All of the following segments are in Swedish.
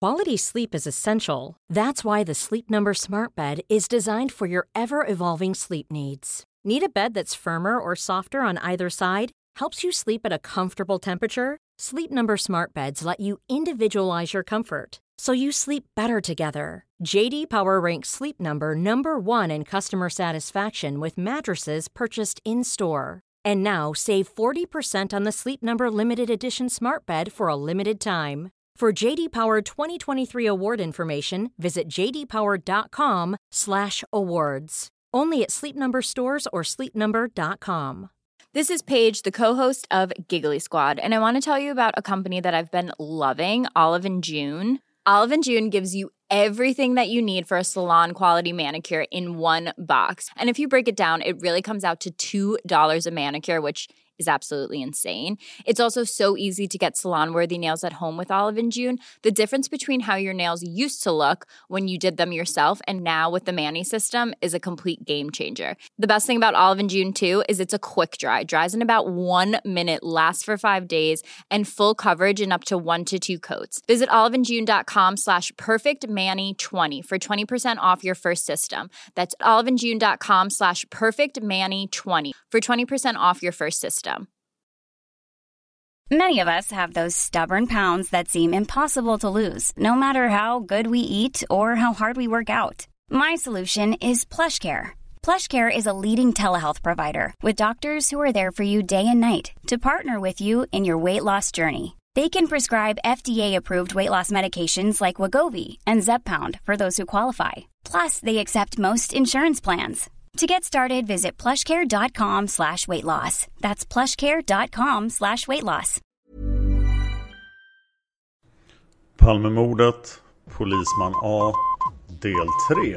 Quality sleep is essential. That's why the Sleep Number Smart Bed is designed for your ever-evolving sleep needs. Need a bed that's firmer or softer on either side? Helps you sleep at a comfortable temperature? Sleep Number Smart Beds let you individualize your comfort, so you sleep better together. JD Power ranks Sleep Number number 1 in customer satisfaction with mattresses purchased in-store. And now, save 40% on the Sleep Number Limited Edition Smart Bed for a limited time. For JD Power 2023 award information, visit jdpower.com/awards. Only at Sleep Number stores or sleepnumber.com. This is Paige, the co-host of Giggly Squad, and I want to tell you about a company that I've been loving, Olive & June. Olive & June gives you everything that you need for a salon-quality manicure in one box. And if you break it down, it really comes out to $2 a manicure, which is absolutely insane. It's also so easy to get salon-worthy nails at home with Olive & June. The difference between how your nails used to look when you did them yourself and now with the Mani system is a complete game changer. The best thing about Olive & June, too, is it's a quick dry. Dries in about 1 minute, lasts for 5 days, and full coverage in up to 1 to 2 coats. Visit oliveandjune.com/perfectmani20 for 20% off your first system. That's oliveandjune.com/perfectmani20 for 20% off your first system. Many of us have those stubborn pounds that seem impossible to lose, no matter how good we eat or how hard we work out. My solution is PlushCare. PlushCare is a leading telehealth provider with doctors who are there for you day and night to partner with you in your weight loss journey. They can prescribe FDA-approved weight loss medications like Wegovy and Zepbound for those who qualify. Plus, they accept most insurance plans. To get started, visit plushcare.com/weightloss. That's plushcare.com/weightloss. Palmemordet, Polisman A, del 3.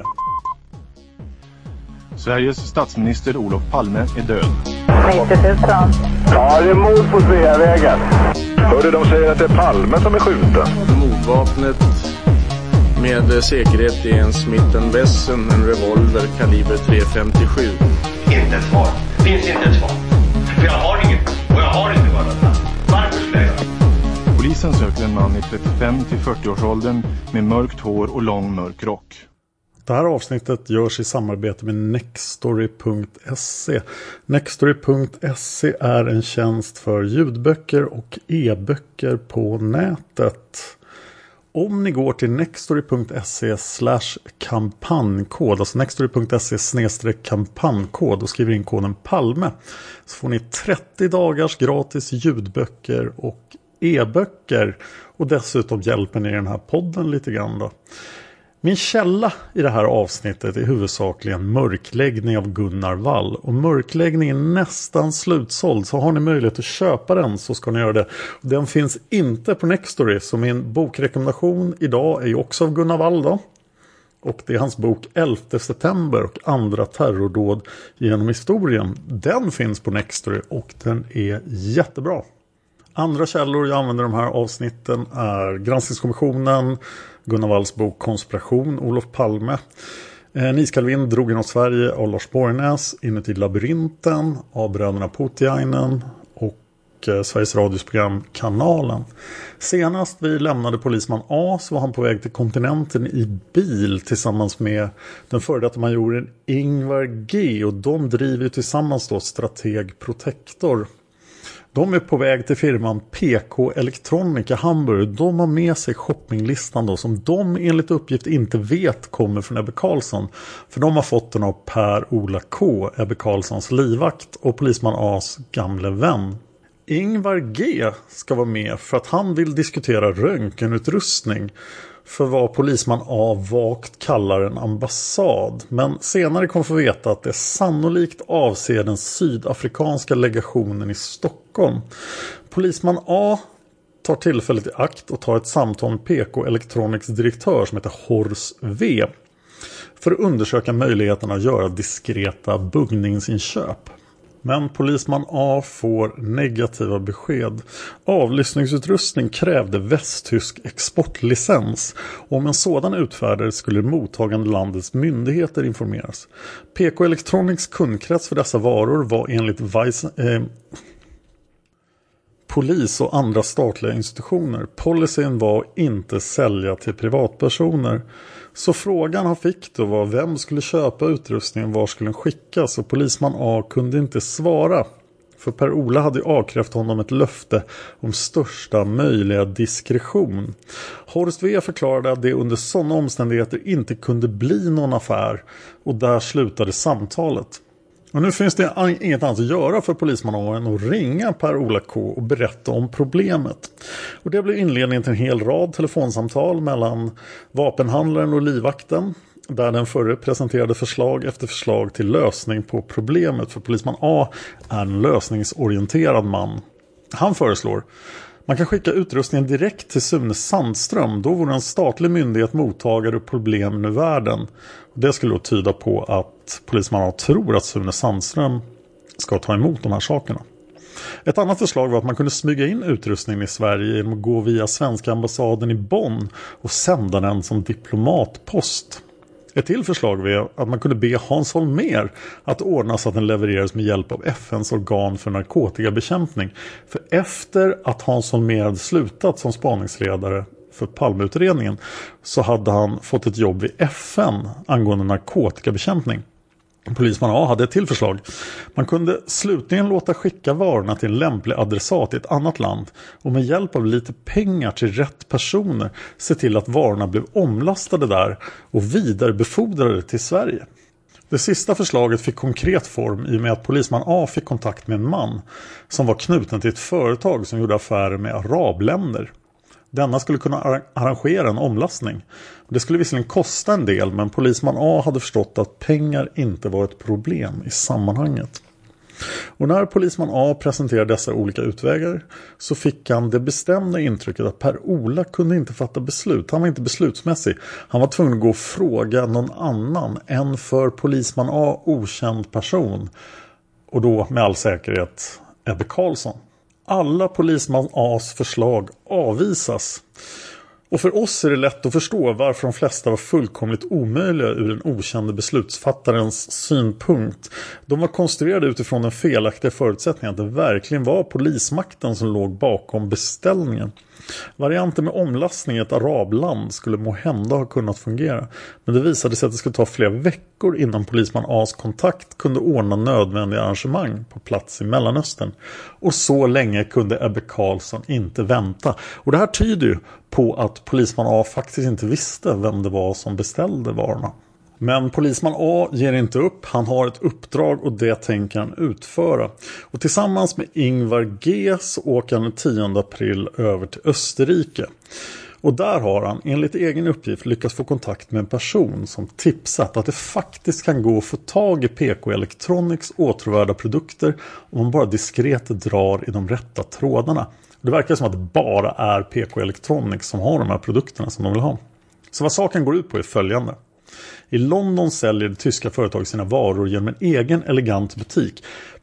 Sveriges statsminister Olof Palme är död. 90 000. Ja, det är mord på Sveavägen. Hörde de säger att det är Palme som är skjuten. Mordvapnet med säkerhet är en Smith & Wesson, en revolver kaliber .357. Inte ett svar. Finns inte ett svar. För jag har inget. Och jag har inte varit där. Varför skulle jag? Polisen söker en man i 35-40-årsåldern med mörkt hår och lång mörk rock. Det här avsnittet görs i samarbete med Nextory.se. Nextory.se är en tjänst för ljudböcker och e-böcker på nätet. Om ni går till nextory.se/kampankod, alltså nextory.se/kampankod och skriver in koden Palme, så får ni 30 dagars gratis ljudböcker och e-böcker, och dessutom hjälper ni den här podden lite grann då. Min källa i det här avsnittet är huvudsakligen Mörkläggning av Gunnar Wall. Och Mörkläggning är nästan slutsåld, så har ni möjlighet att köpa den så ska ni göra det. Den finns inte på Nextory, så min bokrekommendation idag är ju också av Gunnar Wall då. Och det är hans bok 11 september och andra terrordåd genom historien. Den finns på Nextory och den är jättebra. Andra källor jag använder de här avsnitten är Granskningskommissionen, Gunnar Walls bok Konspiration, Olof Palme, En iskall vind drog genom Sverige av Lars Borgnäs, Inuti labyrinten av bröderna Putiainen och Sveriges Radios program Kanalen. Senast vi lämnade Polisman A så var han på väg till kontinenten i bil tillsammans med den före detta majoren Ingvar G, och de driver tillsammans då Strateg Protector. De är på väg till firman PK Electronic i Hamburg. De har med sig shoppinglistan då, som de enligt uppgift inte vet kommer från Ebbe Carlsson. För de har fått den av Per-Ola K, Ebbe Carlssons livvakt och Polisman A's gamle vän. Ingvar G ska vara med för att han vill diskutera röntgenutrustning för vad Polisman A vagt kallar en ambassad. Men senare kommer få veta att det sannolikt avser den sydafrikanska legationen i Stockholm. Polisman A tar tillfället i akt och tar ett samtal med PK Electronics direktör som heter Horst V för att undersöka möjligheterna att göra diskreta buggningsinköp. Men Polisman A får negativa besked. Avlyssningsutrustning krävde västtysk exportlicens. Om en sådan utfärdades skulle mottagande landets myndigheter informeras. PK Electronics kundkrets för dessa varor var enligt polis och andra statliga institutioner. Policyn var inte sälja till privatpersoner. Så frågan han fick då var vem skulle köpa utrustningen, var skulle den skickas, och polisman A kunde inte svara. För Per-Ola hade avkrävt honom ett löfte om största möjliga diskretion. Horst W förklarade att det under sådana omständigheter inte kunde bli någon affär, och där slutade samtalet. Och nu finns det inget annat att göra för polisman A än att ringa Per-Ola K och berätta om problemet. Och det blev inledningen till en hel rad telefonsamtal mellan vapenhandlaren och livvakten, där den förre presenterade förslag efter förslag till lösning på problemet, för polisman A är en lösningsorienterad man. Han föreslår: man kan skicka utrustningen direkt till Sune Sandström, då vore en statlig myndighet mottagare och problemen ur världen. Det skulle då tyda på att polisman A tror att Sune Sandström ska ta emot de här sakerna. Ett annat förslag var att man kunde smyga in utrustningen i Sverige genom att gå via svenska ambassaden i Bonn och sända den som diplomatpost. Ett till förslag var att man kunde be Hans Holmér att ordna så att den levereras med hjälp av FNs organ för narkotikabekämpning. För efter att Hans Holmér hade slutat som spaningsledare för Palmeutredningen så hade han fått ett jobb vid FN angående narkotikabekämpning. Polisman A hade ett till förslag. Man kunde slutligen låta skicka varorna till en lämplig adressat i ett annat land och med hjälp av lite pengar till rätt personer se till att varorna blev omlastade där och vidarebefordrade till Sverige. Det sista förslaget fick konkret form i och med att polisman A fick kontakt med en man som var knuten till ett företag som gjorde affärer med arabländer. Denna skulle kunna arrangera en omlastning. Det skulle visserligen kosta en del, men polisman A hade förstått att pengar inte var ett problem i sammanhanget. Och när polisman A presenterade dessa olika utvägar så fick han det bestämda intrycket att Per-Ola kunde inte fatta beslut. Han var inte beslutsmässig. Han var tvungen att gå och fråga någon annan än för polisman A okänd person. Och då med all säkerhet Ebbe Carlsson. Alla polisman A's förslag avvisas. Och för oss är det lätt att förstå varför de flesta var fullkomligt omöjliga ur den okände beslutsfattarens synpunkt. De var konstruerade utifrån den felaktiga förutsättningen att det verkligen var polismakten som låg bakom beställningen. Varianten med omlastning i ett arabland skulle måhända ha kunnat fungera, men det visade sig att det skulle ta flera veckor innan polisman A's kontakt kunde ordna nödvändiga arrangemang på plats i Mellanöstern. Och så länge kunde Ebbe Carlsson inte vänta. Och det här tyder ju på att polisman A faktiskt inte visste vem det var som beställde varorna. Men polisman A ger inte upp, han har ett uppdrag och det tänker han utföra. Och tillsammans med Ingvar G så åker han den 10 april över till Österrike. Och där har han enligt egen uppgift lyckats få kontakt med en person som tipsat att det faktiskt kan gå att få tag i PK Electronics åtråvärda produkter om man bara diskret drar i de rätta trådarna. Det verkar som att det bara är PK Electronics som har de här produkterna som de vill ha. Så vad saken går ut på är följande. I London säljer det tyska företaget sina varor genom en egen elegant butik,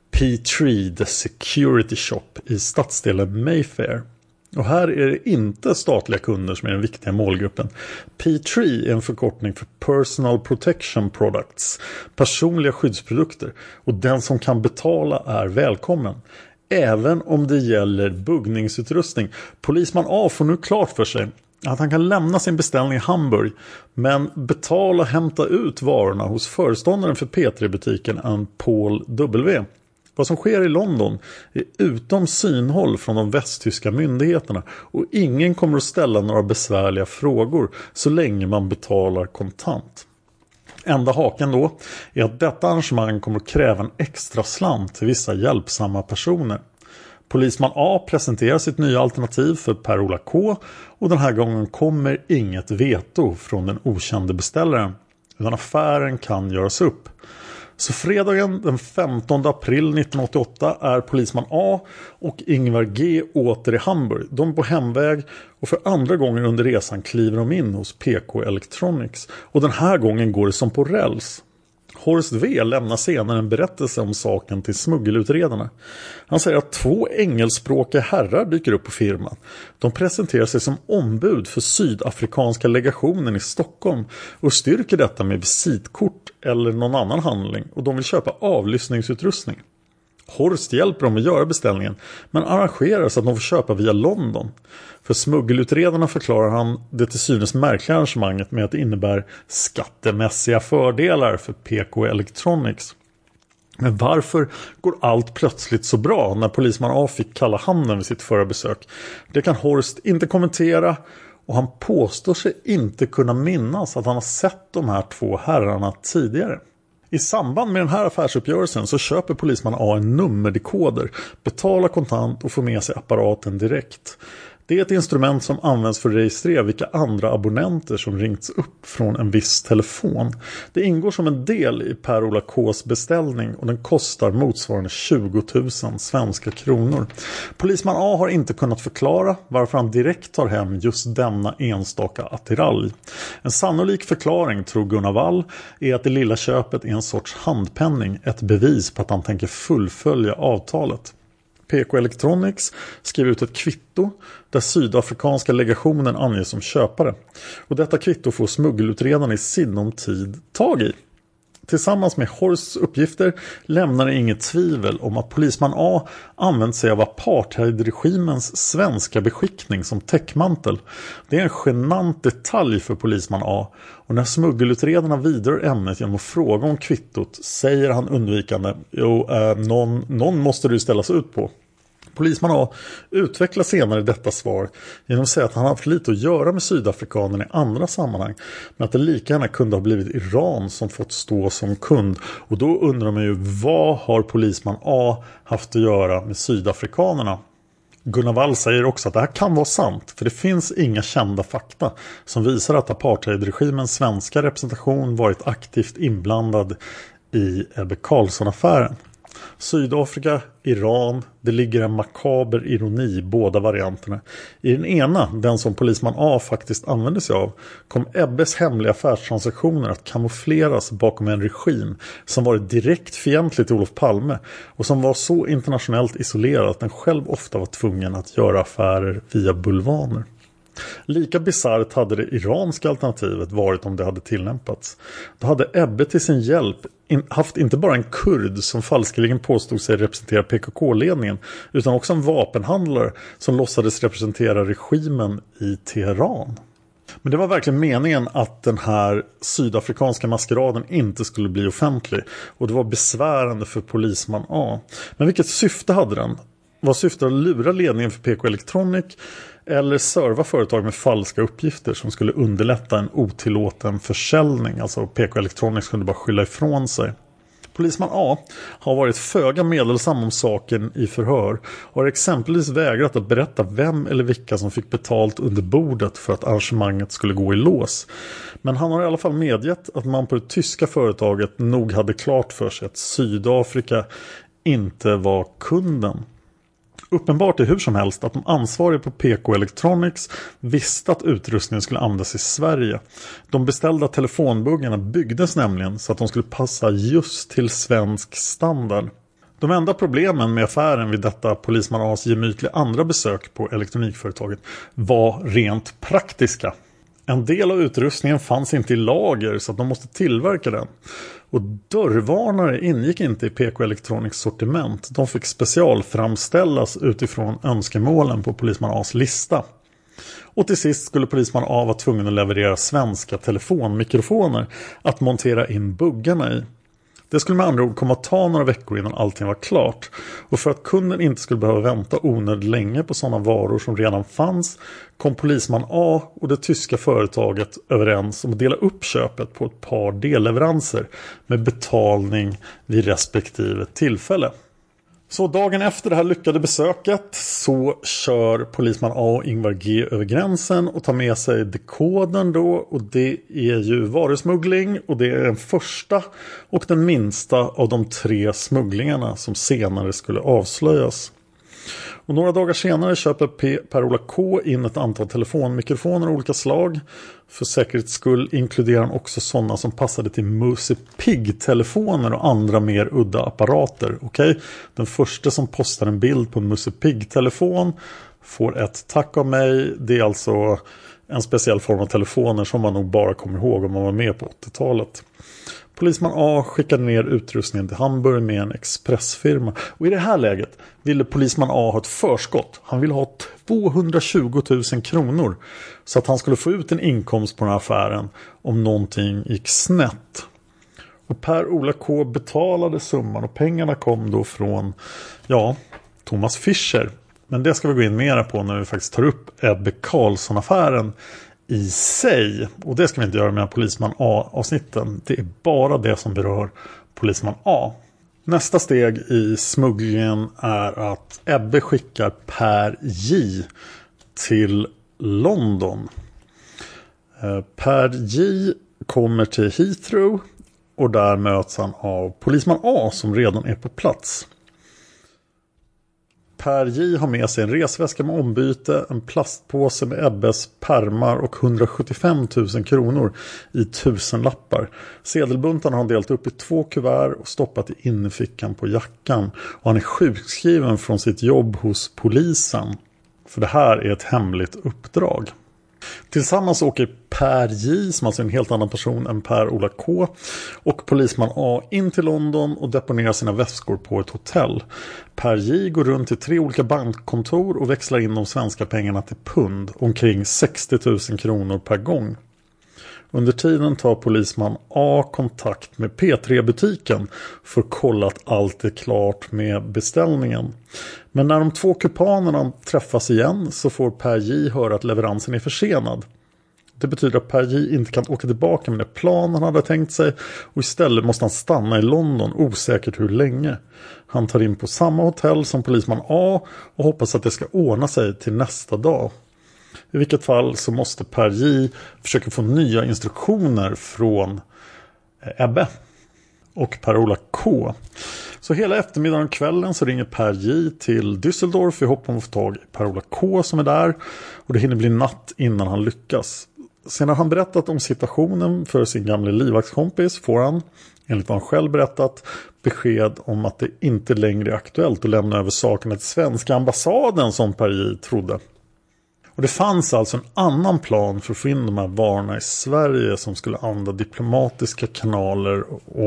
P3 The Security Shop i stadsdelen Mayfair. Och här är det inte statliga kunder som är den viktiga målgruppen. P3 är en förkortning för Personal Protection Products, personliga skyddsprodukter, och den som kan betala är välkommen. Även om det gäller buggningsutrustning. Polisman A får nu klart för sig att han kan lämna sin beställning i Hamburg men betala och hämta ut varorna hos föreståndaren för P3-butiken, en Paul W. Vad som sker i London är utom synhåll från de västtyska myndigheterna och ingen kommer att ställa några besvärliga frågor så länge man betalar kontant. Enda haken då är att detta arrangemang kommer att kräva en extra slant till vissa hjälpsamma personer. Polisman A presenterar sitt nya alternativ för Per-Ola K och den här gången kommer inget veto från den okände beställaren utan affären kan göras upp. Så fredagen den 15 april 1988 är polisman A och Ingvar G åter i Hamburg. De är på hemväg och för andra gången under resan kliver de in hos PK Electronics. Och den här gången går det som på räls. Horst W lämnar senare en berättelse om saken till smuggelutredarna. Han säger att 2 engelskspråkiga herrar dyker upp på firman. De presenterar sig som ombud för sydafrikanska legationen i Stockholm och styrker detta med visitkort eller någon annan handling och de vill köpa avlyssningsutrustning. Horst hjälper dem att göra beställningen, men arrangerar så att de får köpa via London. För smuggelutredarna förklarar han det till synes märkliga arrangemanget med att det innebär skattemässiga fördelar för PK Electronics. Men varför går allt plötsligt så bra när polisman A fick kalla handen vid sitt förra besök? Det kan Horst inte kommentera, och han påstår sig inte kunna minnas att han har sett de här två herrarna tidigare. I samband med den här affärsuppgörelsen så köper polisman A en nummerdekoder, betalar kontant och får med sig apparaten direkt. Det är ett instrument som används för att registrera vilka andra abonnenter som ringts upp från en viss telefon. Det ingår som en del i Per-Ola K:s beställning och den kostar motsvarande 20 000 svenska kronor. Polisman A har inte kunnat förklara varför han direkt tar hem just denna enstaka attiralj. En sannolik förklaring, tror Gunnar Wall, är att det lilla köpet är en sorts handpenning, ett bevis på att han tänker fullfölja avtalet. PK Electronics skriver ut ett kvitto där sydafrikanska legationen anges som köpare. Och detta kvitto får smuggelutredarna i sinom tid tag i. Tillsammans med Horsts uppgifter lämnar det inget tvivel om att polisman A använt sig av apartheidregimens svenska beskickning som täckmantel. Det är en genant detalj för polisman A, och när smuggelutredarna vidrör ämnet genom att fråga om kvittot säger han undvikande: någon måste du ställas ut på. Polisman A utvecklar senare detta svar genom att säga att han haft lite att göra med sydafrikanerna i andra sammanhang, men att det lika gärna kunde ha blivit Iran som fått stå som kund. Och då undrar man ju, vad har polisman A haft att göra med sydafrikanerna? Gunnar Wall säger också att det här kan vara sant, för det finns inga kända fakta som visar att apartheidregimens svenska representation varit aktivt inblandad i Ebbe Carlsson-affären. Sydafrika, Iran, det ligger en makaber ironi i båda varianterna. I den ena, den som polisman A faktiskt använde sig av, kom Ebbes hemliga affärstransaktioner att kamoufleras bakom en regim som varit direkt fientlig till Olof Palme och som var så internationellt isolerad att den själv ofta var tvungen att göra affärer via bulvaner. Lika bisarrt hade det iranska alternativet varit om det hade tillämpats. Då hade Ebbe till sin hjälp haft inte bara en kurd som falskeligen påstod sig representera PKK-ledningen, utan också en vapenhandlare som låtsades representera regimen i Teheran. Men det var verkligen meningen att den här sydafrikanska maskeraden inte skulle bli offentlig, och det var besvärande för polisman A. Men vilket syfte hade den? Var syftet att lura ledningen för PK Electronic eller serva företag med falska uppgifter som skulle underlätta en otillåten försäljning? Alltså PK Electronics kunde bara skylla ifrån sig. Polisman A har varit föga meddelsam om saken i förhör och har exempelvis vägrat att berätta vem eller vilka som fick betalt under bordet för att arrangemanget skulle gå i lås. Men han har i alla fall medgett att man på det tyska företaget nog hade klart för sig att Sydafrika inte var kunden. Uppenbart är hur som helst att de ansvariga på PK Electronics visste att utrustningen skulle användas i Sverige. De beställda telefonbuggarna byggdes nämligen så att de skulle passa just till svensk standard. De enda problemen med affären vid detta polisman A's gemytliga andra besök på elektronikföretaget var rent praktiska. En del av utrustningen fanns inte i lager så att de måste tillverka den. Och dörrvarnare ingick inte i PK Electronics sortiment. De fick specialframställas utifrån önskemålen på polisman A's lista. Och till sist skulle polisman A vara tvungen att leverera svenska telefonmikrofoner att montera in buggarna i. Det skulle med andra ord komma att ta några veckor innan allting var klart. Och för att kunden inte skulle behöva vänta onödigt länge på sådana varor som redan fanns, kom polisman A och det tyska företaget överens om att dela upp köpet på ett par delleveranser med betalning vid respektive tillfälle. Så dagen efter det här lyckade besöket så kör polisman A och Ingvar G över gränsen och tar med sig dekodern då, och det är ju varusmuggling, och det är den första och den minsta av de 3 smugglingarna som senare skulle avslöjas. Och några dagar senare köper Per-Ola K in ett antal telefonmikrofoner av olika slag. För säkerhets skull inkluderar han också sådana som passade till Musse Pigg-telefoner och andra mer udda apparater. Okej? Den första som postar en bild på en Musse Pigg-telefon får ett tack av mig. Det är alltså en speciell form av telefoner som man nog bara kommer ihåg om man var med på 80-talet. Polisman A skickade ner utrustningen till Hamburg med en expressfirma. Och i det här läget ville polisman A ha ett förskott. Han ville ha 220 000 kronor så att han skulle få ut en inkomst på den här affären om någonting gick snett. Och Per-Ola K betalade summan och pengarna kom då från Thomas Fischer. Men det ska vi gå in mera på när vi faktiskt tar upp Ebbe Carlsson-affären i sig. Och det ska vi inte göra med Polisman A-avsnitten. Det är bara det som berör Polisman A. Nästa steg i smugglingen är att Ebbe skickar Per J till London. Per J kommer till Heathrow och där möts han av Polisman A som redan är på plats. Per J har med sig en resväska med ombyte, en plastpåse med Ebbes pärmar och 175 000 kronor i 1000-lappar. Sedelbuntarna har han delat upp i 2 kuvert och stoppat i innerfickan på jackan. Och han är sjukskriven från sitt jobb hos polisen. För det här är ett hemligt uppdrag. Tillsammans åker Per J, som alltså är en helt annan person än Per-Ola K, och polisman A in till London och deponerar sina väskor på ett hotell. Per J går runt till 3 olika bankkontor och växlar in de svenska pengarna till pund, omkring 60 000 kronor per gång. Under tiden tar polisman A kontakt med P3-butiken för att kolla att allt är klart med beställningen. Men när de 2 kupanerna träffas igen så får Per J höra att leveransen är försenad. Det betyder att Per J inte kan åka tillbaka med det plan han hade tänkt sig och istället måste han stanna i London, osäkert hur länge. Han tar in på samma hotell som polisman A och hoppas att det ska ordna sig till nästa dag. I vilket fall så måste Per J försöka få nya instruktioner från Ebbe och Per-Ola K. Så hela eftermiddagen och kvällen så ringer Per J till Düsseldorf i hopp om att få tag i Per-Ola K som är där. Och det hinner bli natt innan han lyckas. Sen har han berättat om situationen för sin gamla livvaktskompis får han, enligt vad han själv berättat, besked om att det inte längre är aktuellt att lämna över sakerna till svenska ambassaden som Per J trodde. Och det fanns alltså en annan plan för att få in de här varorna i Sverige som skulle använda diplomatiska kanaler.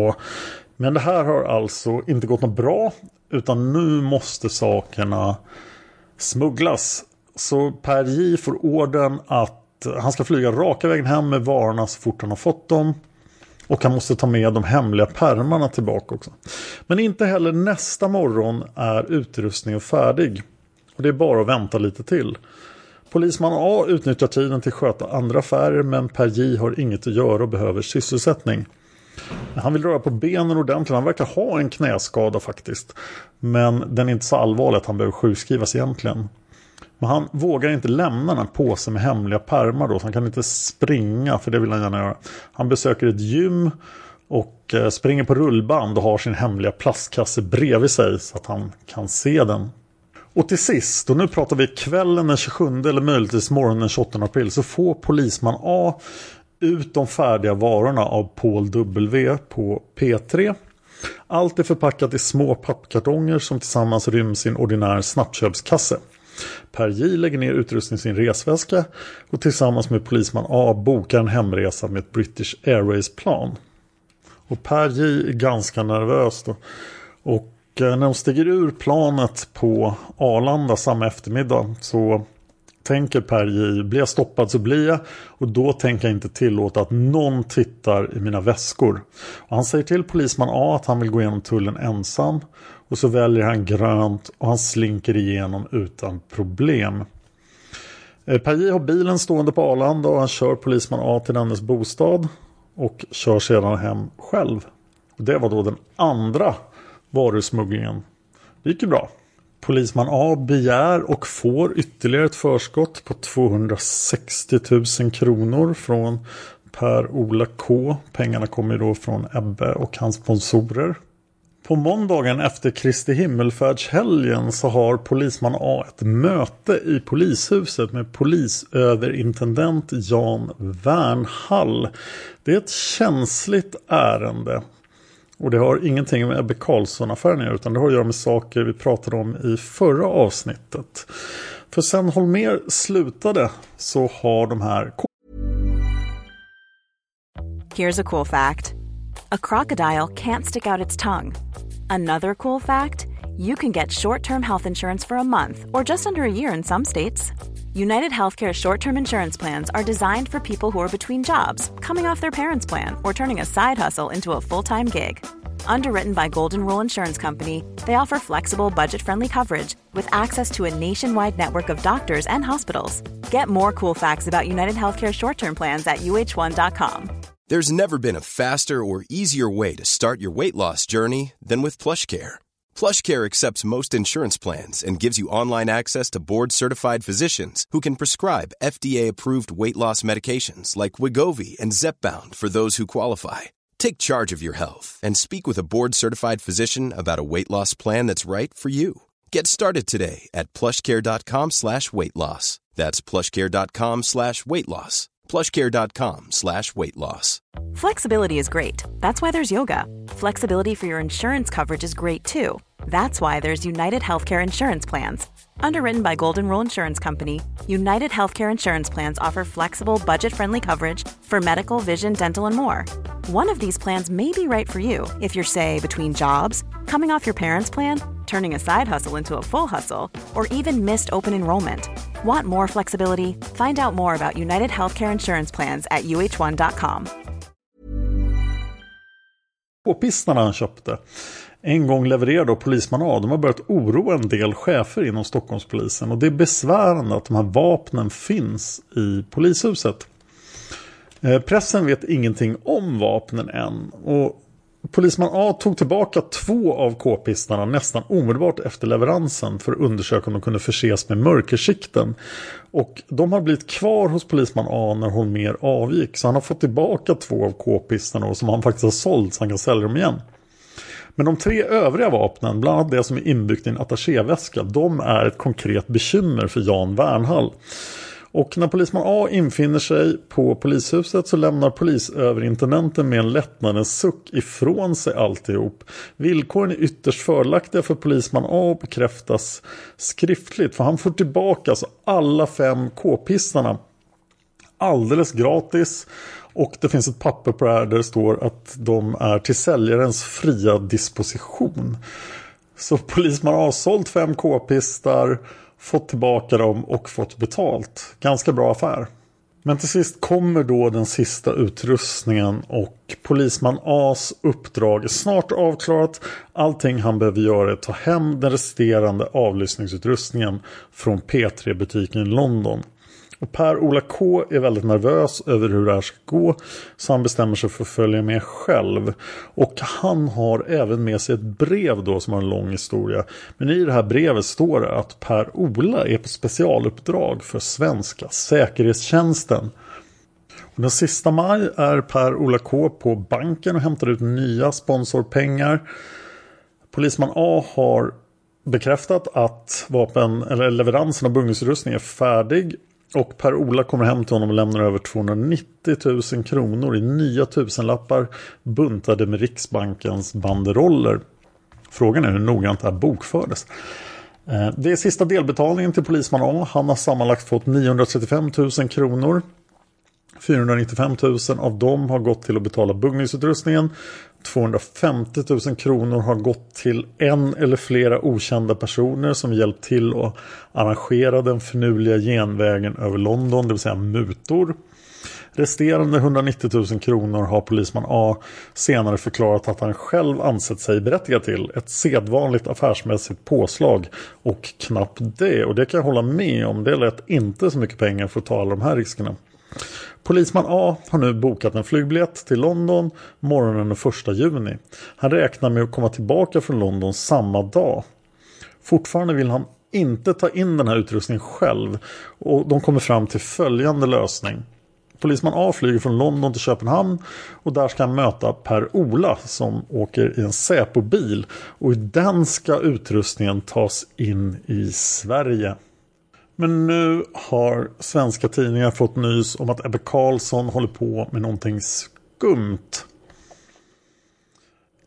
Men det här har alltså inte gått något bra, utan nu måste sakerna smugglas. Så Per J får orden att han ska flyga raka vägen hem med varorna så fort han har fått dem. Och han måste ta med de hemliga pärmarna tillbaka också. Men inte heller nästa morgon är utrustningen färdig. Och det är bara att vänta lite till. Polisman A utnyttjar tiden till att sköta andra affärer, men Per J har inget att göra och behöver sysselsättning. Han vill röra på benen ordentligt. Han verkar ha en knäskada faktiskt. Men den är inte så allvarlig att han behöver sjukskrivas egentligen. Men han vågar inte lämna den här påsen med hemliga pärmar då. Så han kan inte springa, för det vill han gärna göra. Han besöker ett gym och springer på rullband och har sin hemliga plastkasse bredvid sig så att han kan se den. Och till sist, och nu pratar vi kvällen den 27 eller möjligtvis morgonen den 28 april, så får polisman A ut de färdiga varorna av Paul W på P3. Allt är förpackat i små pappkartonger som tillsammans ryms i en ordinär snabbköpskasse. Per J lägger ner utrustning i sin resväska och tillsammans med polisman A bokar en hemresa med ett British Airways-plan. Och Per J är ganska nervös då. Och när de stiger ur planet på Arlanda samma eftermiddag så tänker Per J, blir jag stoppad så blir jag, och då tänker jag inte tillåta att någon tittar i mina väskor. Och han säger till polisman A att han vill gå igenom tullen ensam, och så väljer han grönt och han slinker igenom utan problem. Per J har bilen stående på Arlanda och han kör polisman A till dennes bostad och kör sedan hem själv. Och det var då den andra varusmugglingen. Det gick ju bra. Polisman A begär och får ytterligare ett förskott på 260 000 kronor från Per-Ola K. Pengarna kommer då från Ebbe och hans sponsorer. På måndagen efter Kristi himmelfärdshelgen så har polisman A ett möte i polishuset med polisöverintendent Jan Wernhall. Det är ett känsligt ärende. Och det har ingenting med Ebbe Carlsson-affären utan det har att göra med saker vi pratade om i förra avsnittet. För sen Holmér slutade så har de här... Here's a cool fact. A crocodile can't stick out its tongue. Another cool fact, you can get short-term health insurance for a month or just under a year in some states. United Healthcare short-term insurance plans are designed for people who are between jobs, coming off their parents' plan, or turning a side hustle into a full-time gig. Underwritten by Golden Rule Insurance Company, they offer flexible, budget-friendly coverage with access to a nationwide network of doctors and hospitals. Get more cool facts about United Healthcare short-term plans at uh1.com. There's never been a faster or easier way to start your weight loss journey than with PlushCare. PlushCare accepts most insurance plans and gives you online access to board-certified physicians who can prescribe FDA-approved weight loss medications like Wegovy and Zepbound for those who qualify. Take charge of your health and speak with a board-certified physician about a weight loss plan that's right for you. Get started today at plushcare.com/weightloss. That's plushcare.com/weightloss. plushcare.com/weightloss. Flexibility is great. That's why there's yoga. Flexibility for your insurance coverage is great too. That's why there's United Healthcare Insurance Plans. Underwritten by Golden Rule Insurance Company, United Healthcare Insurance Plans offer flexible, budget-friendly coverage for medical, vision, dental, and more. One of these plans may be right for you if you're, say, between jobs, coming off your parents' plan, turning a side hustle into a full hustle, or even missed open enrollment. Want more flexibility? Find out more about United Healthcare Insurance Plans at uh1.com. K-pistarna han köpte en gång levererade av polisman A. De har börjat oroa en del chefer inom Stockholmspolisen. Och det är besvärande att de här vapnen finns i polishuset. Pressen vet ingenting om vapnen än. Och polisman A tog tillbaka 2 av K-pistarna nästan omedelbart efter leveransen för att undersöka om de kunde förses med mörkersikten. Och de har blivit kvar hos polisman A när Holmér avgick. Så han har fått tillbaka 2 av K-pistarna som han faktiskt har sålt så han kan sälja dem igen. Men de 3 övriga vapnen, bland annat det som är inbyggt i en attachéväska, de är ett konkret bekymmer för Jan Wernhall. Och när polisman A infinner sig på polishuset så lämnar polisöverintendenten med en lättnadens suck ifrån sig alltihop. Villkoren är ytterst fördelaktiga för polisman A och bekräftas skriftligt. För han får tillbaka alltså alla 5 K-pistarna alldeles gratis. Och det finns ett papper på det här där det står att de är till säljarens fria disposition. Så polisman har sålt 5 K-pistar, fått tillbaka dem och fått betalt. Ganska bra affär. Men till sist kommer då den sista utrustningen och polisman A's uppdrag är snart avklarat. Allting han behöver göra är att ta hem den resterande avlyssningsutrustningen från P3-butiken i London. Och Per-Ola K är väldigt nervös över hur det här ska gå, så han bestämmer sig för att följa med själv. Och han har även med sig ett brev då som har en lång historia. Men i det här brevet står det att Per-Ola är på specialuppdrag för svenska säkerhetstjänsten. Och den sista maj är Per-Ola K på banken och hämtar ut nya sponsorpengar. Polisman A har bekräftat att leveransen av bungningsutrustning är färdig. Och Per-Ola kommer hem till honom och lämnar över 290 000 kronor i nya tusenlappar buntade med Riksbankens banderoller. Frågan är hur noggrant det här bokfördes. Det är sista delbetalningen till polisman A. Han har sammanlagt fått 935 000 kronor. 495 000 av dem har gått till att betala buggningsutrustningen. 250 000 kronor har gått till en eller flera okända personer som hjälpt till att arrangera den förnuliga genvägen över London, det vill säga mutor. Resterande 190 000 kronor har polisman A senare förklarat att han själv ansett sig berättigad till. Ett sedvanligt affärsmässigt påslag och knappt det. Och det kan jag hålla med om. Det lät inte så mycket pengar för att ta alla de här riskerna. Polisman A har nu bokat en flygbiljett till London morgonen den 1 juni. Han räknar med att komma tillbaka från London samma dag. Fortfarande vill han inte ta in den här utrustningen själv och de kommer fram till följande lösning. Polisman A flyger från London till Köpenhamn och där ska han möta Per-Ola som åker i en Säpo-bil och i den ska utrustningen tas in i Sverige. Men nu har svenska tidningar fått nys om att Ebbe Carlsson håller på med någonting skumt.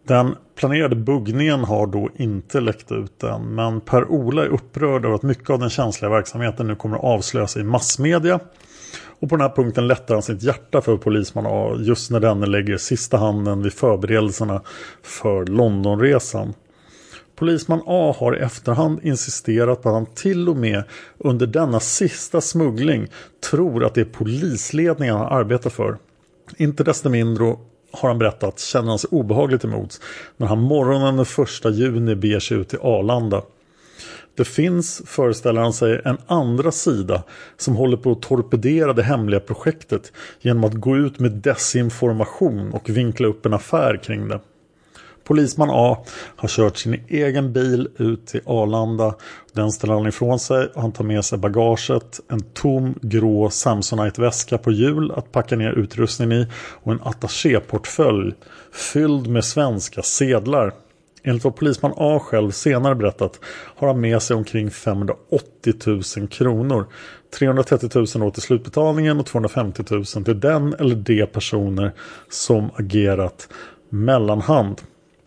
Den planerade buggningen har då inte läckt ut än, men Per-Ola är upprörd över att mycket av den känsliga verksamheten nu kommer att avslöjas i massmedia. Och på den här punkten lättar han sitt hjärta för polisman A just när denne lägger sista handen vid förberedelserna för Londonresan. Polisman A har i efterhand insisterat på att han till och med under denna sista smuggling tror att det är polisledningen han arbetar för. Inte desto mindre har han berättat känner han sig obehagligt emot när han morgonen den 1 juni beger sig ut till Arlanda. Det finns, föreställer han sig, en andra sida som håller på att torpedera det hemliga projektet genom att gå ut med desinformation och vinkla upp en affär kring det. Polisman A har kört sin egen bil ut till Arlanda. Den ställer han ifrån sig och han tar med sig bagaget, en tom grå Samsonite-väska på hjul att packa ner utrustningen i och en attaché-portfölj fylld med svenska sedlar. Enligt vad polisman A själv senare berättat har han med sig omkring 580 000 kronor. 330 000 då till slutbetalningen och 250 000 till den eller de personer som agerat mellanhand.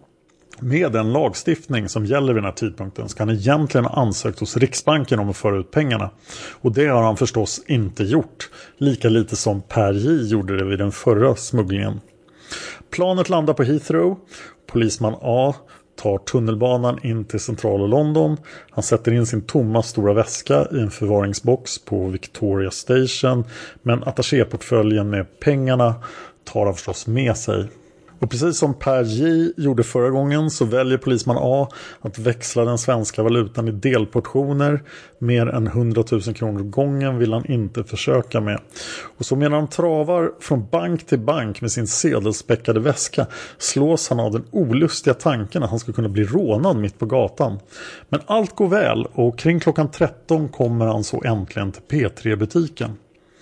Med den lagstiftning som gäller vid den här tidpunkten ska han egentligen ha ansökt hos Riksbanken om att föra ut pengarna. Och det har han förstås inte gjort. Lika lite som Per J gjorde det vid den förra smugglingen. Planet landar på Heathrow. Polisman A tar tunnelbanan in till centrala London. Han sätter in sin tomma stora väska i en förvaringsbox på Victoria Station. Men attachéportföljen med pengarna tar han förstås med sig. Och precis som Per J gjorde förra gången så väljer polisman A att växla den svenska valutan i delportioner. Mer än 100 000 kronor gången vill han inte försöka med. Och så medan han travar från bank till bank med sin sedelspäckade väska slås han av den olustiga tanken att han ska kunna bli rånad mitt på gatan. Men allt går väl och kring klockan 13 kommer han så äntligen till P3-butiken.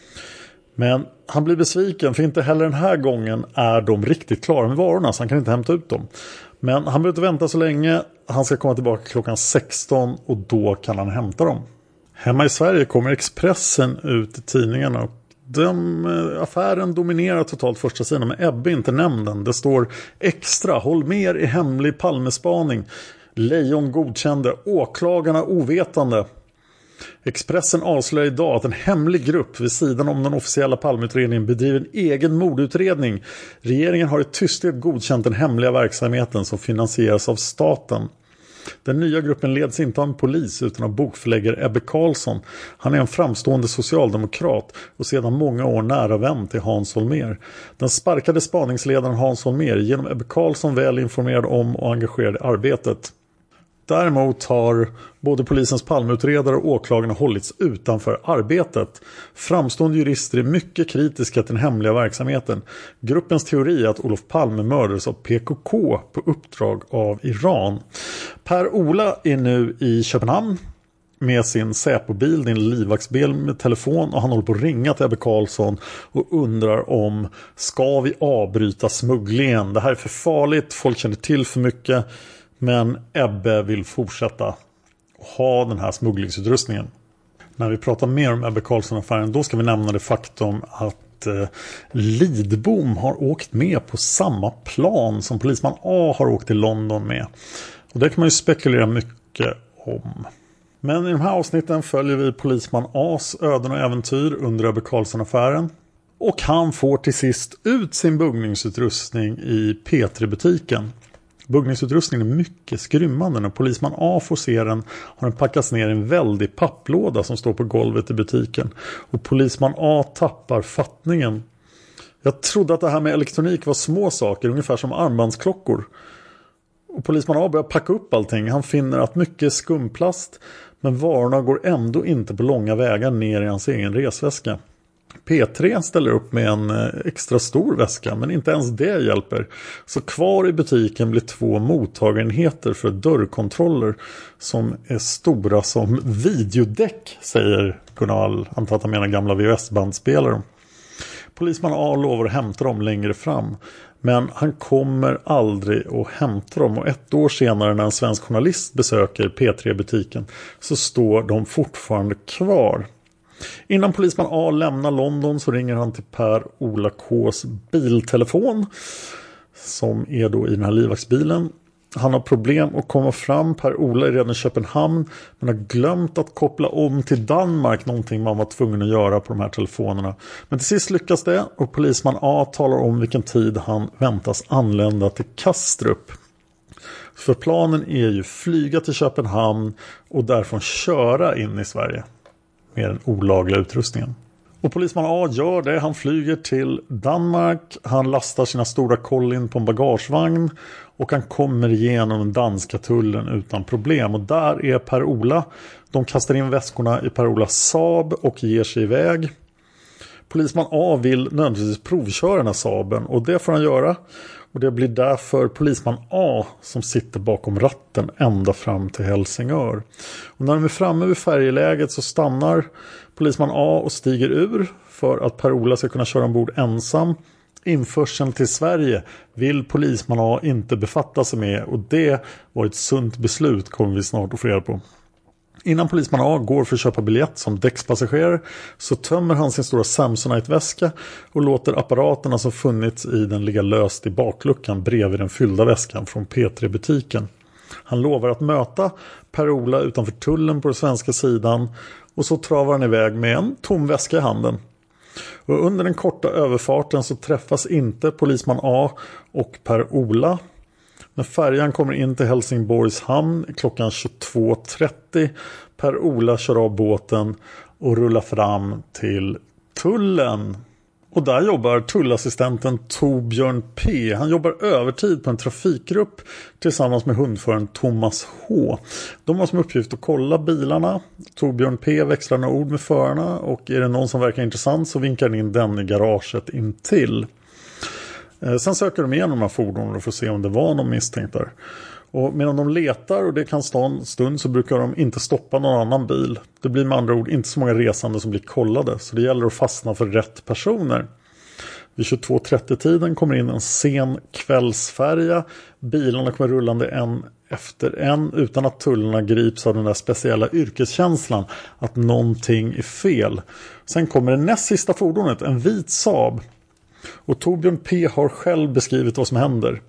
Men han blir besviken för inte heller den här gången är de riktigt klara med varorna så han kan inte hämta ut dem. Men han behöver inte vänta så länge. Han ska komma tillbaka klockan 16 och då kan han hämta dem. Hemma i Sverige kommer Expressen ut i tidningarna och affären dominerar totalt första sidan med Ebbe inte nämnden. Det står extra, håll mer i hemlig Palmespaning. Lejon godkände, åklagarna ovetande. Expressen avslöjar idag att en hemlig grupp vid sidan om den officiella Palmeutredningen bedriver en egen mordutredning. Regeringen har i tysthet godkänt den hemliga verksamheten som finansieras av staten. Den nya gruppen leds inte av en polis utan av bokförläggare Ebbe Carlsson. Han är en framstående socialdemokrat och sedan många år nära vän till Hans Holmér. Den sparkade spaningsledaren Hans Holmér genom Ebbe Carlsson väl informerad om och engagerad i arbetet. Däremot har både polisens Palmeutredare och åklagarna hållits utanför arbetet. Framstående jurister är mycket kritiska till den hemliga verksamheten. Gruppens teori är att Olof Palme mördades av PKK på uppdrag av Iran. Per-Ola är nu i Köpenhamn med sin Säpo-bil, din livvaktsbil med telefon och han håller på att ringa till Ebbe Carlsson och undrar om ska vi avbryta smugglingen? Det här är för farligt, folk känner till för mycket. Men Ebbe vill fortsätta ha den här smugglingsutrustningen. När vi pratar mer om Ebbe Carlsson-affären då ska vi nämna det faktum att Lidbom har åkt med på samma plan som polisman A har åkt till London med. Och det kan man ju spekulera mycket om. Men i de här avsnitten följer vi polisman A's öden och äventyr under Ebbe Carlsson-affären. Och han får till sist ut sin buggningsutrustning i P3-butiken. Buggningsutrustningen är mycket skrymmande. När polisman A får se den har den packats ner i en väldig papplåda som står på golvet i butiken. Och polisman A tappar fattningen. Jag trodde att det här med elektronik var små saker, ungefär som armbandsklockor. Och polisman A börjar packa upp allting. Han finner att mycket är skumplast, men varorna går ändå inte på långa vägar ner i hans egen resväska. P3 ställer upp med en extra stor väska, men inte ens det hjälper. Så kvar i butiken blir 2 mottagarenheter för dörrkontroller som är stora som videodäck, säger Gunnar. Antar att han menar gamla VHS-bandspelare. Polisman A lovar att hämta dem längre fram, men han kommer aldrig att hämta dem. Och 1 år senare när en svensk journalist besöker P3-butiken så står de fortfarande kvar. Innan polisman A lämnar London så ringer han till Per-Ola K:s biltelefon. som är då i den här livvaktsbilen. Han har problem att komma fram. Per-Ola är redan i Köpenhamn men har glömt att koppla om till Danmark, någonting man var tvungen att göra på de här telefonerna. Men till sist lyckas det och polisman A talar om vilken tid han väntas anlända till Kastrup. För planen är ju flyga till Köpenhamn och därifrån köra in i Sverige med den olagliga utrustningen. Och polisman A gör det. Han flyger till Danmark. Han lastar sina stora kollin på en bagagevagn. Och han kommer igenom den danska tullen utan problem. Och där är Per-Ola. De kastar in väskorna i Per-Olas Saab och ger sig iväg. Polisman A vill nödvändigtvis provköra den här Saaben. Och det får han göra. Och det blir därför polisman A som sitter bakom ratten ända fram till Helsingör. Och när de är framme vid färjeläget så stannar polisman A och stiger ur för att Per-Ola ska kunna köra ombord ensam. Införseln till Sverige vill polisman A inte befatta sig med och det var ett sunt beslut, kommer vi snart att få reda på. Innan polisman A går för att köpa biljett som däckspassagerare så tömmer han sin stora Samsonite-väska och låter apparaterna som funnits i den ligga löst i bakluckan bredvid den fyllda väskan från P3-butiken. Han lovar att möta Per-Ola utanför tullen på den svenska sidan och så travar han iväg med en tom väska i handen. Och under den korta överfarten så träffas inte polisman A och Per-Ola. När färjan kommer in till Helsingborgs hamn klockan 22.30 Per-Ola kör av båten och rullar fram till tullen. Och där jobbar tullassistenten Torbjörn P. Han jobbar övertid på en trafikgrupp tillsammans med hundföraren Thomas H. De har som uppgift att kolla bilarna. Torbjörn P växlar några ord med förarna och är det någon som verkar intressant så vinkar in den i garaget intill. Sen söker de igenom de här fordonen för att se om det var någon misstänkt där. Och medan de letar, och det kan stå en stund, så brukar de inte stoppa någon annan bil. Det blir med andra ord inte så många resande som blir kollade. Så det gäller att fastna för rätt personer. Vid 22.30-tiden kommer in en sen kvällsfärja. Bilarna kommer rullande en efter en utan att tullarna grips av den där speciella yrkeskänslan att någonting är fel. Sen kommer det näst sista fordonet, en vit Saab. Och Torbjörn P har själv beskrivit vad som händer.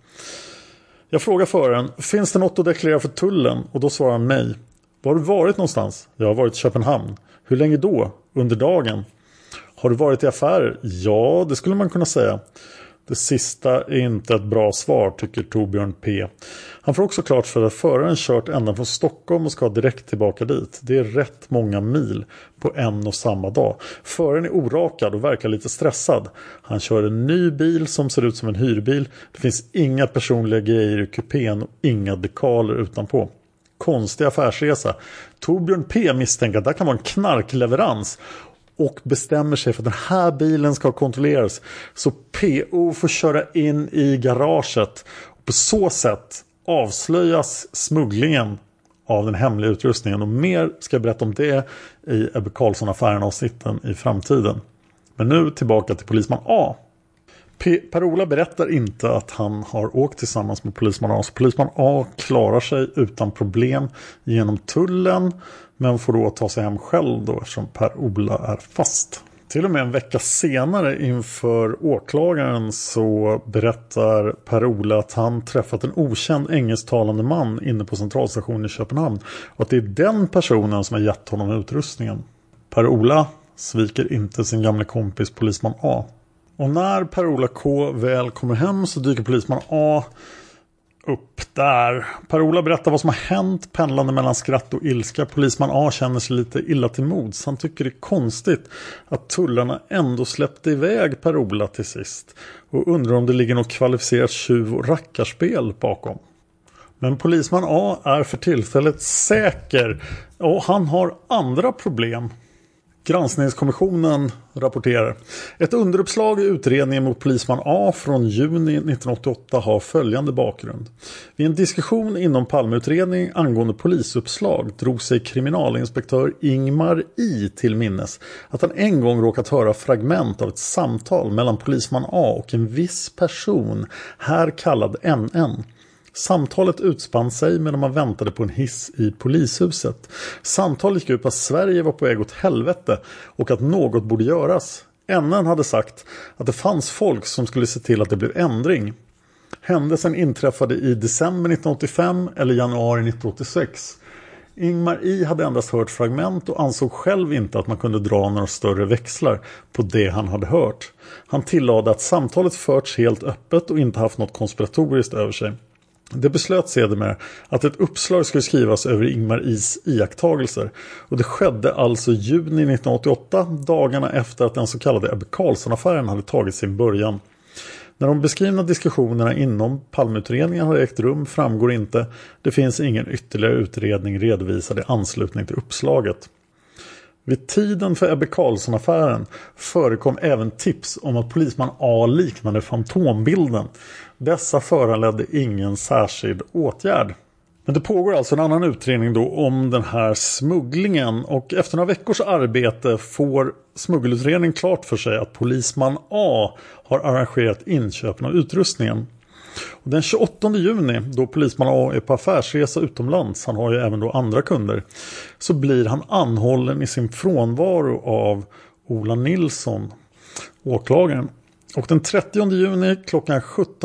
Jag frågar föraren, finns det något att deklarera för tullen? Och då svarar han nej. Var har du varit någonstans? Jag har varit i Köpenhamn. Hur länge då? Under dagen. Har du varit i affärer? Ja, det skulle man kunna säga. Det sista är inte ett bra svar, tycker Torbjörn P. Han får också klart för att föraren kört ända från Stockholm och ska direkt tillbaka dit. Det är rätt många mil på en och samma dag. Föraren är orakad och verkar lite stressad. Han kör en ny bil som ser ut som en hyrbil. Det finns inga personliga grejer i kupén och inga dekaler utanpå. Konstig affärsresa. Torbjörn P misstänker att det kan vara en knarkleverans och bestämmer sig för att den här bilen ska kontrolleras. Så PO får köra in i garaget. Och på så sätt avslöjas smugglingen av den hemliga utrustningen. Och mer ska jag berätta om det i Ebbe Carlsson-affären-avsnitten i framtiden. Men nu tillbaka till polisman A. Per-Ola berättar inte att han har åkt tillsammans med polisman A. Så polisman A klarar sig utan problem genom tullen. Men får då ta sig hem själv då eftersom Per-Ola är fast. Till och med en vecka senare inför åklagaren så berättar Per-Ola att han träffat en okänd engelsktalande man inne på centralstationen i Köpenhamn. Och att det är den personen som har gett honom utrustningen. Per-Ola sviker inte sin gamla kompis polisman A. Och när Per-Ola K väl kommer hem så dyker polisman A upp där. Per-Ola berättar vad som har hänt, pendlande mellan skratt och ilska. Polisman A känner sig lite illa till mods. Han tycker det är konstigt att tullarna ändå släppte iväg Per-Ola till sist. Och undrar om det ligger något kvalificerat tjuv- och rackarspel bakom. Men polisman A är för tillfället säker. Och han har andra problem. Granskningskommissionen rapporterar. Ett underuppslag i utredningen mot polisman A från juni 1988 har följande bakgrund. Vid en diskussion inom Palmeutredning angående polisuppslag drog sig kriminalinspektör Ingmar I till minnes att han en gång råkat höra fragment av ett samtal mellan polisman A och en viss person, här kallad NN. Samtalet utspann sig medan man väntade på en hiss i polishuset. Samtalet gick ut på att Sverige var på väg åt helvete och att något borde göras. NN hade sagt att det fanns folk som skulle se till att det blev ändring. Händelsen inträffade i december 1985 eller januari 1986. Ingmar I hade endast hört fragment och ansåg själv inte att man kunde dra några större växlar på det han hade hört. Han tillade att samtalet förts helt öppet och inte haft något konspiratoriskt över sig. Det beslöts sedermera att ett uppslag skulle skrivas över Ingmar Is iakttagelser, och det skedde alltså juni 1988, dagarna efter att den så kallade Ebbe Carlsson-affären hade tagit sin början. När de beskrivna diskussionerna inom Palmeutredningen har ägt rum framgår inte. Det finns ingen ytterligare utredning redovisad i anslutning till uppslaget. Vid tiden för Ebbe Carlsson-affären förekom även tips om att polisman A liknade fantombilden. Dessa föranledde ingen särskild åtgärd. Men det pågår alltså en annan utredning då om den här smugglingen, och efter några veckors arbete får smuggelutredningen klart för sig att polisman A har arrangerat inköpen av utrustningen. Och den 28 juni, då polisman A är på affärsresa utomlands, han har ju även då andra kunder, så blir han anhållen i sin frånvaro av Ola Nilsson, åklagaren. Och den 30 juni klockan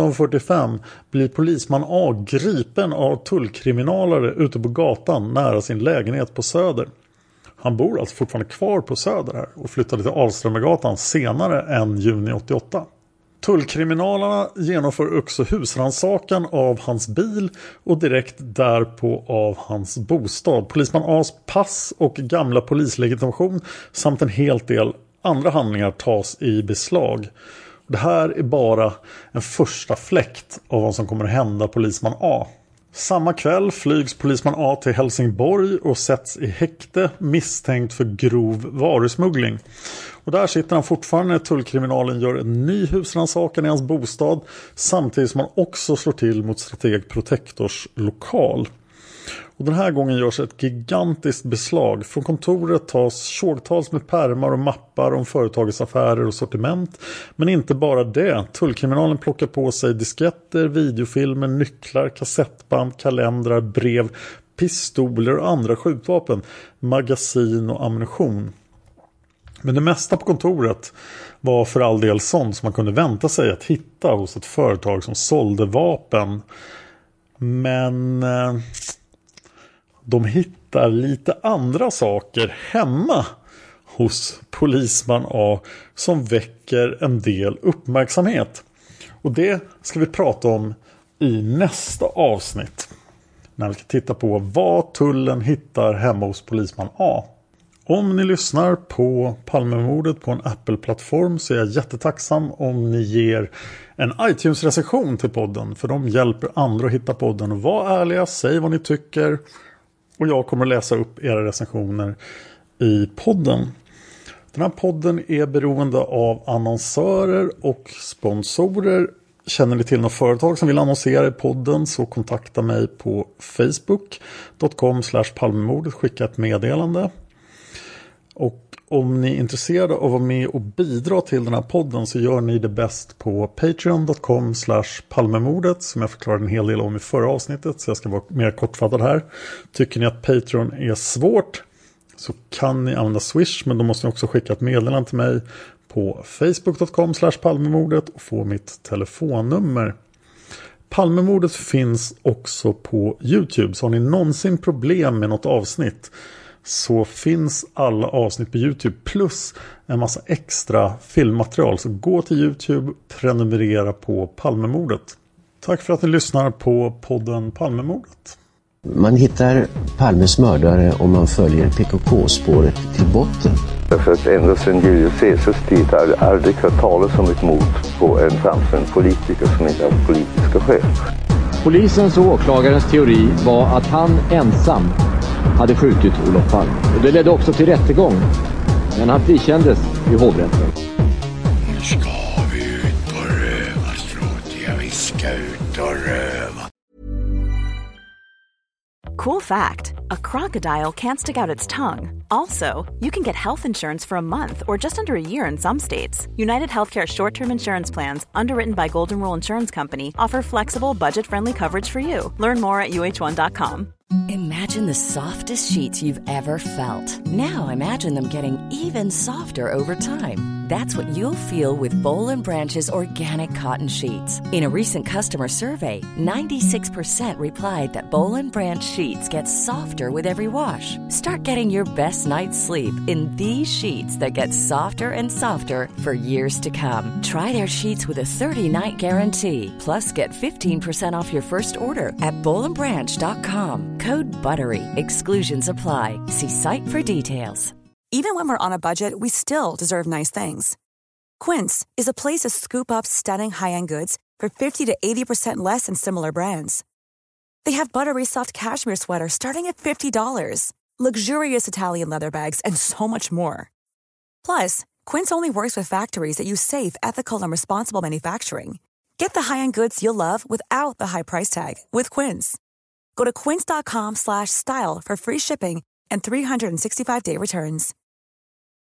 17.45 blir polisman A gripen av tullkriminalare ute på gatan nära sin lägenhet på Söder. Han bor alltså fortfarande kvar på Söder här och flyttade till Alströmergatan senare än juni 88. Tullkriminalerna genomför också husrannsakan av hans bil och direkt därpå av hans bostad. Polisman A's pass och gamla polislegitimation samt en hel del andra handlingar tas i beslag. Det här är bara en första fläkt av vad som kommer att hända polisman A. Samma kväll flygs polisman A till Helsingborg och sätts i häkte misstänkt för grov varusmuggling. Och där sitter han fortfarande när tullkriminalen gör en ny husrannsakan i hans bostad, samtidigt som han också slår till mot Strateg Protectors lokal. Och den här gången görs ett gigantiskt beslag. Från kontoret tas tjogtals med pärmar och mappar om företagets affärer och sortiment. Men inte bara det. Tullkriminalen plockar på sig disketter, videofilmer, nycklar, kassettband, kalendrar, brev, pistoler och andra skjutvapen, magasin och ammunition. Men det mesta på kontoret var för all del sånt som man kunde vänta sig att hitta hos ett företag som sålde vapen. Men de hittar lite andra saker hemma hos polisman A som väcker en del uppmärksamhet. Och det ska vi prata om i nästa avsnitt, när vi ska titta på vad tullen hittar hemma hos polisman A. Om ni lyssnar på Palmemordet på en Apple-plattform så är jag jättetacksam om ni ger en iTunes-recension till podden. För de hjälper andra att hitta podden. Och var ärliga, säg vad ni tycker. Och jag kommer att läsa upp era recensioner i podden. Den här podden är beroende av annonsörer och sponsorer. Känner ni till något företag som vill annonsera i podden så kontakta mig på facebook.com/palmemordet. Skicka ett meddelande. Och om ni är intresserade av att vara med och bidra till den här podden så gör ni det bäst på patreon.com/palmemordet, som jag förklarade en hel del om i förra avsnittet, så jag ska vara mer kortfattad här. Tycker ni att Patreon är svårt så kan ni använda Swish, men då måste ni också skicka ett meddelande till mig på facebook.com/palmemordet och få mitt telefonnummer. Palmemordet finns också på YouTube, så har ni någonsin problem med något avsnitt så finns alla avsnitt på YouTube plus en massa extra filmmaterial. Så gå till YouTube, prenumerera på Palmemordet. Tack för att ni lyssnar på podden Palmemordet. Man hittar Palmes mördare om man följer PKK-spåret till botten. Därför att ända sedan Julius Caesars tid har jag aldrig hört talas om ett mord på en framstående politiker som inte har politiska skäl. Polisens och åklagarens teori var att han ensam hade skjutit Olof Palme. Och det ledde också till rättegång. Men han frikändes i hovrätten. Nu ska vi ut på rövarstråt. Vi ska ut och röva. Cool fact, a crocodile can't stick out its tongue. Also, you can get health insurance for a month or just under a year in some states. United Healthcare short-term insurance plans, underwritten by Golden Rule Insurance Company, offer flexible, budget-friendly coverage for you. Learn more at uh1.com. Imagine the softest sheets you've ever felt. Now imagine them getting even softer over time. That's what you'll feel with Boll & Branch's organic cotton sheets. In a recent customer survey, 96% replied that Boll & Branch sheets get softer with every wash. Start getting your best night's sleep in these sheets that get softer and softer for years to come. Try their sheets with a 30-night guarantee. Plus, get 15% off your first order at bollandbranch.com. Code BUTTERY. Exclusions apply. See site for details. Even when we're on a budget, we still deserve nice things. Quince is a place to scoop up stunning high-end goods for 50 to 80% less than similar brands. They have buttery soft cashmere sweaters starting at $50, luxurious Italian leather bags, and so much more. Plus, Quince only works with factories that use safe, ethical, and responsible manufacturing. Get the high-end goods you'll love without the high price tag with Quince. Go to quince.com/style for free shipping and 365-day returns.